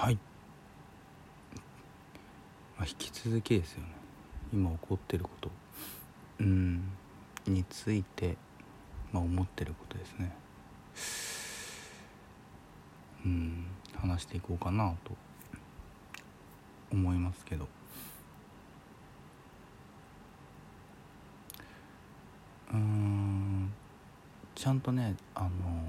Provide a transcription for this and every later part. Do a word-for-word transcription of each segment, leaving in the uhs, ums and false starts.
はい、まあ、引き続きですよね、今起こってることうんについて、まあ、思ってることですね。うん話していこうかなと思いますけど、うーんちゃんとねあの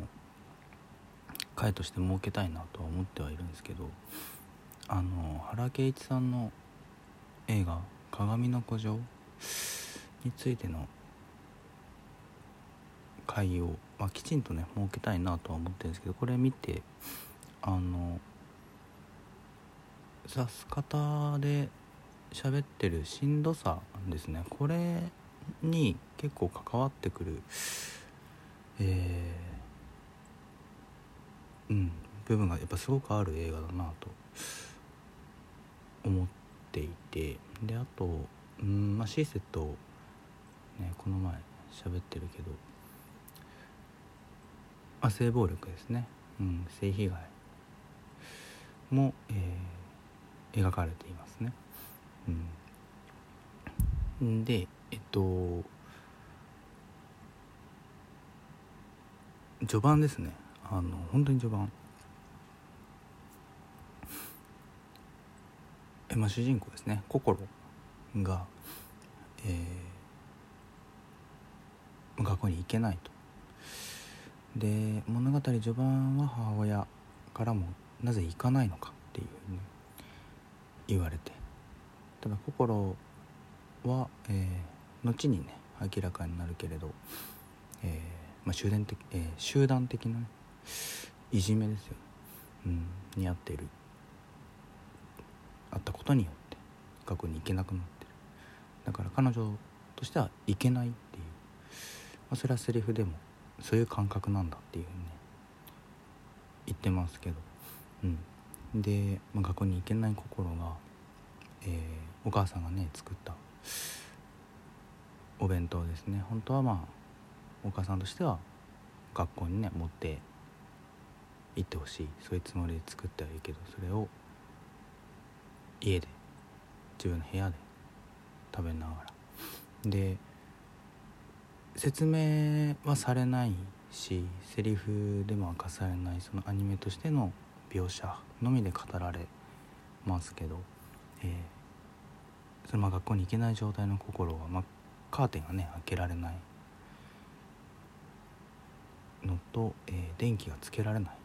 回として設けたいなとは思ってはいるんですけど、あの原敬一さんの映画鏡の古城についての回を、まあ、きちんとね設けたいなとは思ってるんですけど、これ見てあの指す方で喋ってるしんどさですね、これに結構関わってくる、えー、うん部分がやっぱすごくある映画だなと思っていて、であとうん、まあ、シーセットねこの前喋ってるけど、まあ、性暴力ですね、うん、性被害も、えー、描かれていますね。うん、でえっと序盤ですね、あの本当に序盤え、まあ、主人公ですね、心が、えー、学校に行けないと。で物語序盤は母親からもなぜ行かないのかっていうふうに言われて、ただ心は、えー、後にね明らかになるけれど、えーまあ、集団的、えー、集団的な、ね、いじめですよ、うん、にあっているあったことによって学校に行けなくなってる。だから彼女としては行けないっていう、まあ、それはセリフでもそういう感覚なんだっていうふうにね言ってますけど、うん、で、まあ、学校に行けない心が、えー、お母さんがね作ったお弁当ですね、本当はまあお母さんとしては学校にね持って行ってほしい、そういうつもりで作ってはいいけど、それを家で自分の部屋で食べながらで説明はされないし、セリフでも明かされない、そのアニメとしての描写のみで語られますけど、えー、そのまあ学校に行けない状態の心は、まあ、カーテンがね開けられないのと、えー、電気がつけられない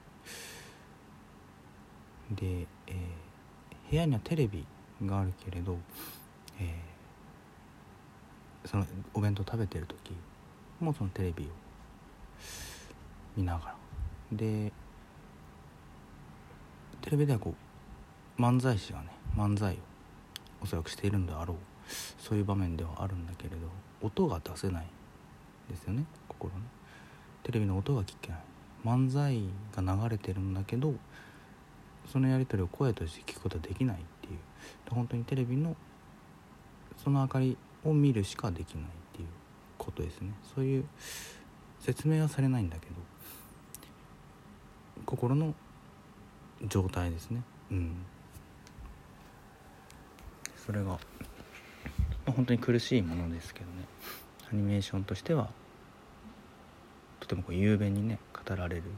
で、えー、部屋にはテレビがあるけれど、えー、そのお弁当食べてる時もうそのテレビを見ながらで、テレビではこう漫才師がね漫才をおそらくしているんであろう、そういう場面ではあるんだけれど音が出せないですよね、心ね。テレビの音が聞けない、漫才が流れてるんだけどそのやり取りを声として聞くことはできないっていう、本当にテレビのその明かりを見るしかできないっていうことですね。そういう説明はされないんだけど心の状態ですね、うん、それが、まあ、本当に苦しいものですけどね、アニメーションとしてはとてもこう雄弁にね語られる、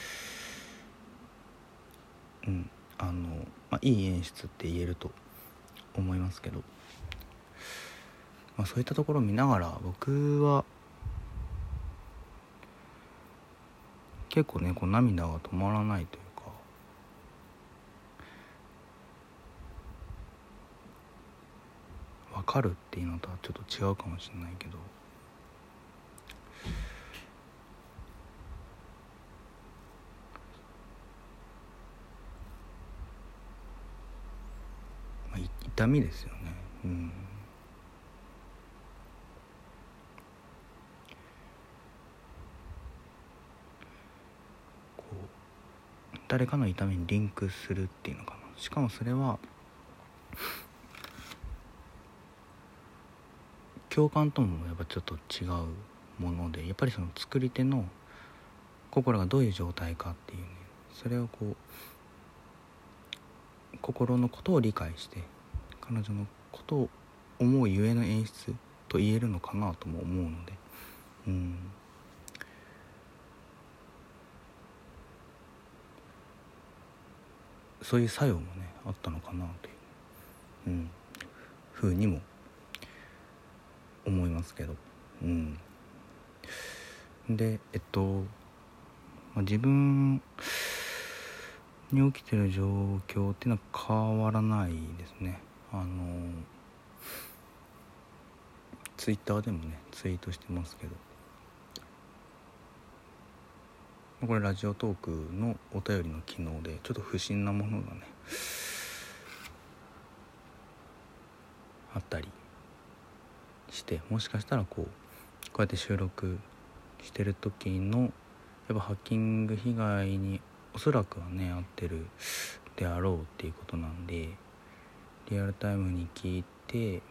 うんあのまあ、いい演出って言えると思いますけど、まあ、そういったところを見ながら僕は結構ねこう涙が止まらないというか、分かるっていうのとはちょっと違うかもしれないけど、まあ、痛みですよね、うん、こう誰かの痛みにリンクするっていうのかな。しかもそれは共感ともやっぱちょっと違うもので、やっぱりその作り手の心がどういう状態かっていうね、それをこう心のことを理解して彼女のことを思うゆえの演出と言えるのかなとも思うので、うん、そういう作用もねあったのかなという、うん、ふうにも思いますけど、うん、でえっと、まあ、自分に起きてる状況っていうのは変わらないですね。あのツイッターでもねツイートしてますけど、これラジオトークのお便りの機能でちょっと不審なものがねあったりして、もしかしたらこうこうやって収録してる時のやっぱハッキング被害におそらくはね合ってるであろうっていうことなんで、リアルタイムに聞いて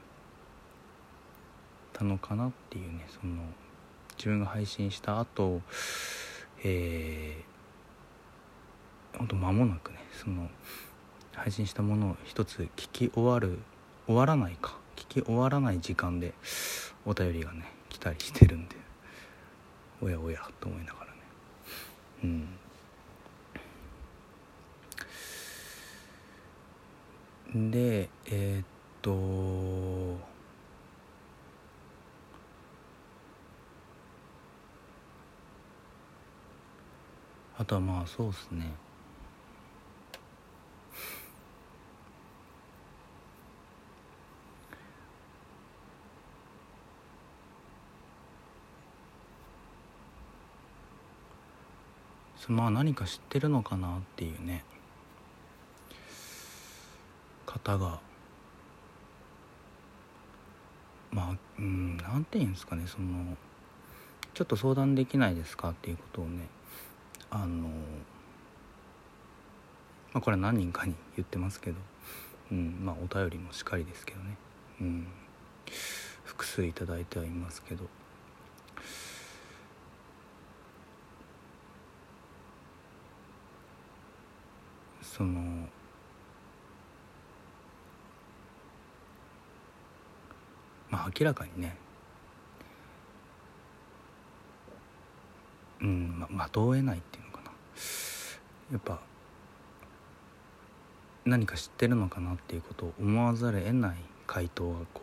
たのかなっていうね、その自分が配信した後、えー、ほんと間もなくねその配信したものを一つ聞き終わる終わらないか聞き終わらない時間でお便りがね来たりしてるんで、おやおやと思いながらね、うんでえー、っとあとはまあそうですね、まあ何か知ってるのかなっていうね方が、まあうんなんていうんですかね、そのちょっと相談できないですかっていうことをね、あのまあこれは何人かに言ってますけど、うんまあお便りもしっかりですけどね、うん複数いただいてはいますけど、そのまあ明らかにね、うんま的を得ないっていうのかな、やっぱ何か知ってるのかなっていうことを思わざるを得ない回答がこ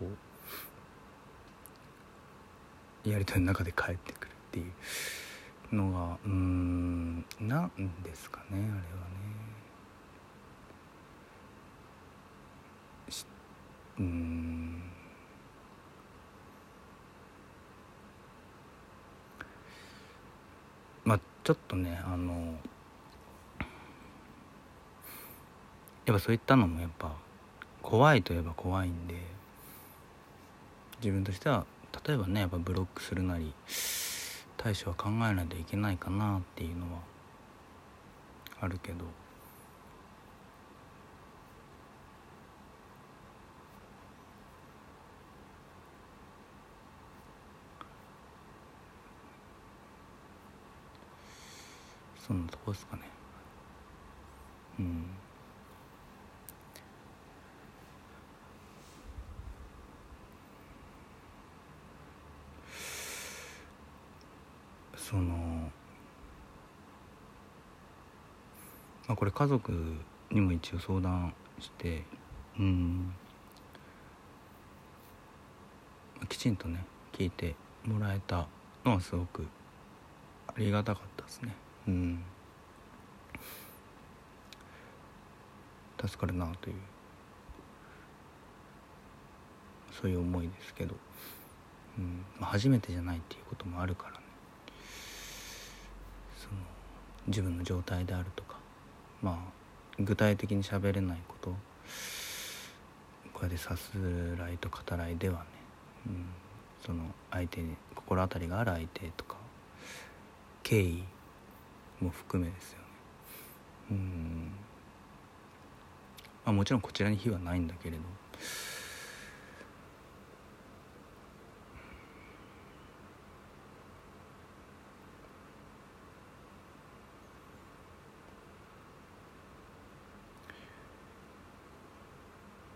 うやり取りの中で返ってくるっていうのが、うーんなんですかね、あれはねうーんまあちょっとねあのやっぱそういったのもやっぱ怖いといえば怖いんで、自分としては例えばねやっぱブロックするなり対処は考えないといけないかなっていうのはあるけど、そんなとこですかね。うんそのまあこれ家族にも一応相談して、うんきちんとね聞いてもらえたのはすごくありがたかったですね。うん助かるなというそういう思いですけど、うんまあ、初めてじゃないっていうこともあるからね、その自分の状態であるとか、まあ具体的に喋れないことこれでさすらいと語らいではね、うん、その相手に心当たりがある相手とか敬意も含めですよね。うんまあ、もちろんこちらに非はないんだけれど、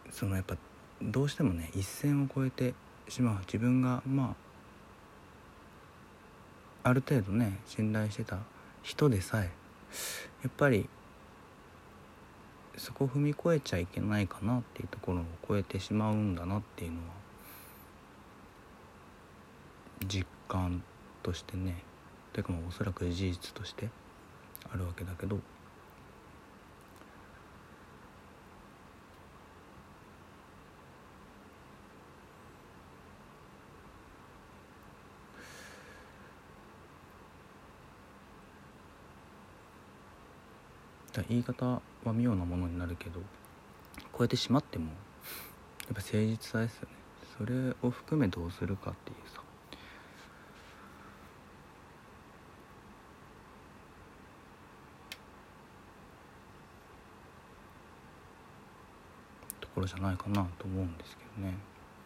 そのやっぱどうしてもね一線を越えてしまう自分がまあある程度ね信頼してた人でさえやっぱりそこを踏み越えちゃいけないかなっていうところを超えてしまうんだなっていうのは実感としてね、てかまあおそらく事実としてあるわけだけど、だ言い方は妙なものになるけど超えてしまってもやっぱ誠実さですよね。それを含めどうするかっていうさところじゃないかなと思うんですけどね。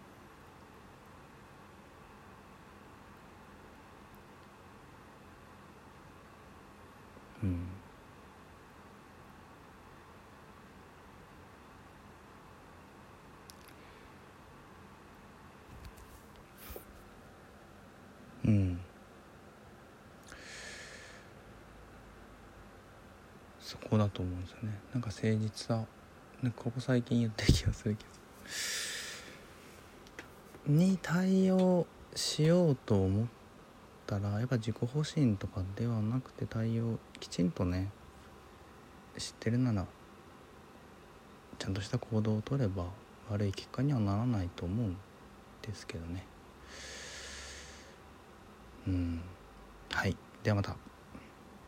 うんうんそこだと思うんですよね。なんか誠実さ、なんかここ最近言った気がするけどに対応しようと思ったらやっぱ自己保身とかではなくて対応きちんとね知ってるならちゃんとした行動を取れば悪い結果にはならないと思うんですけどね。うんはいではまた。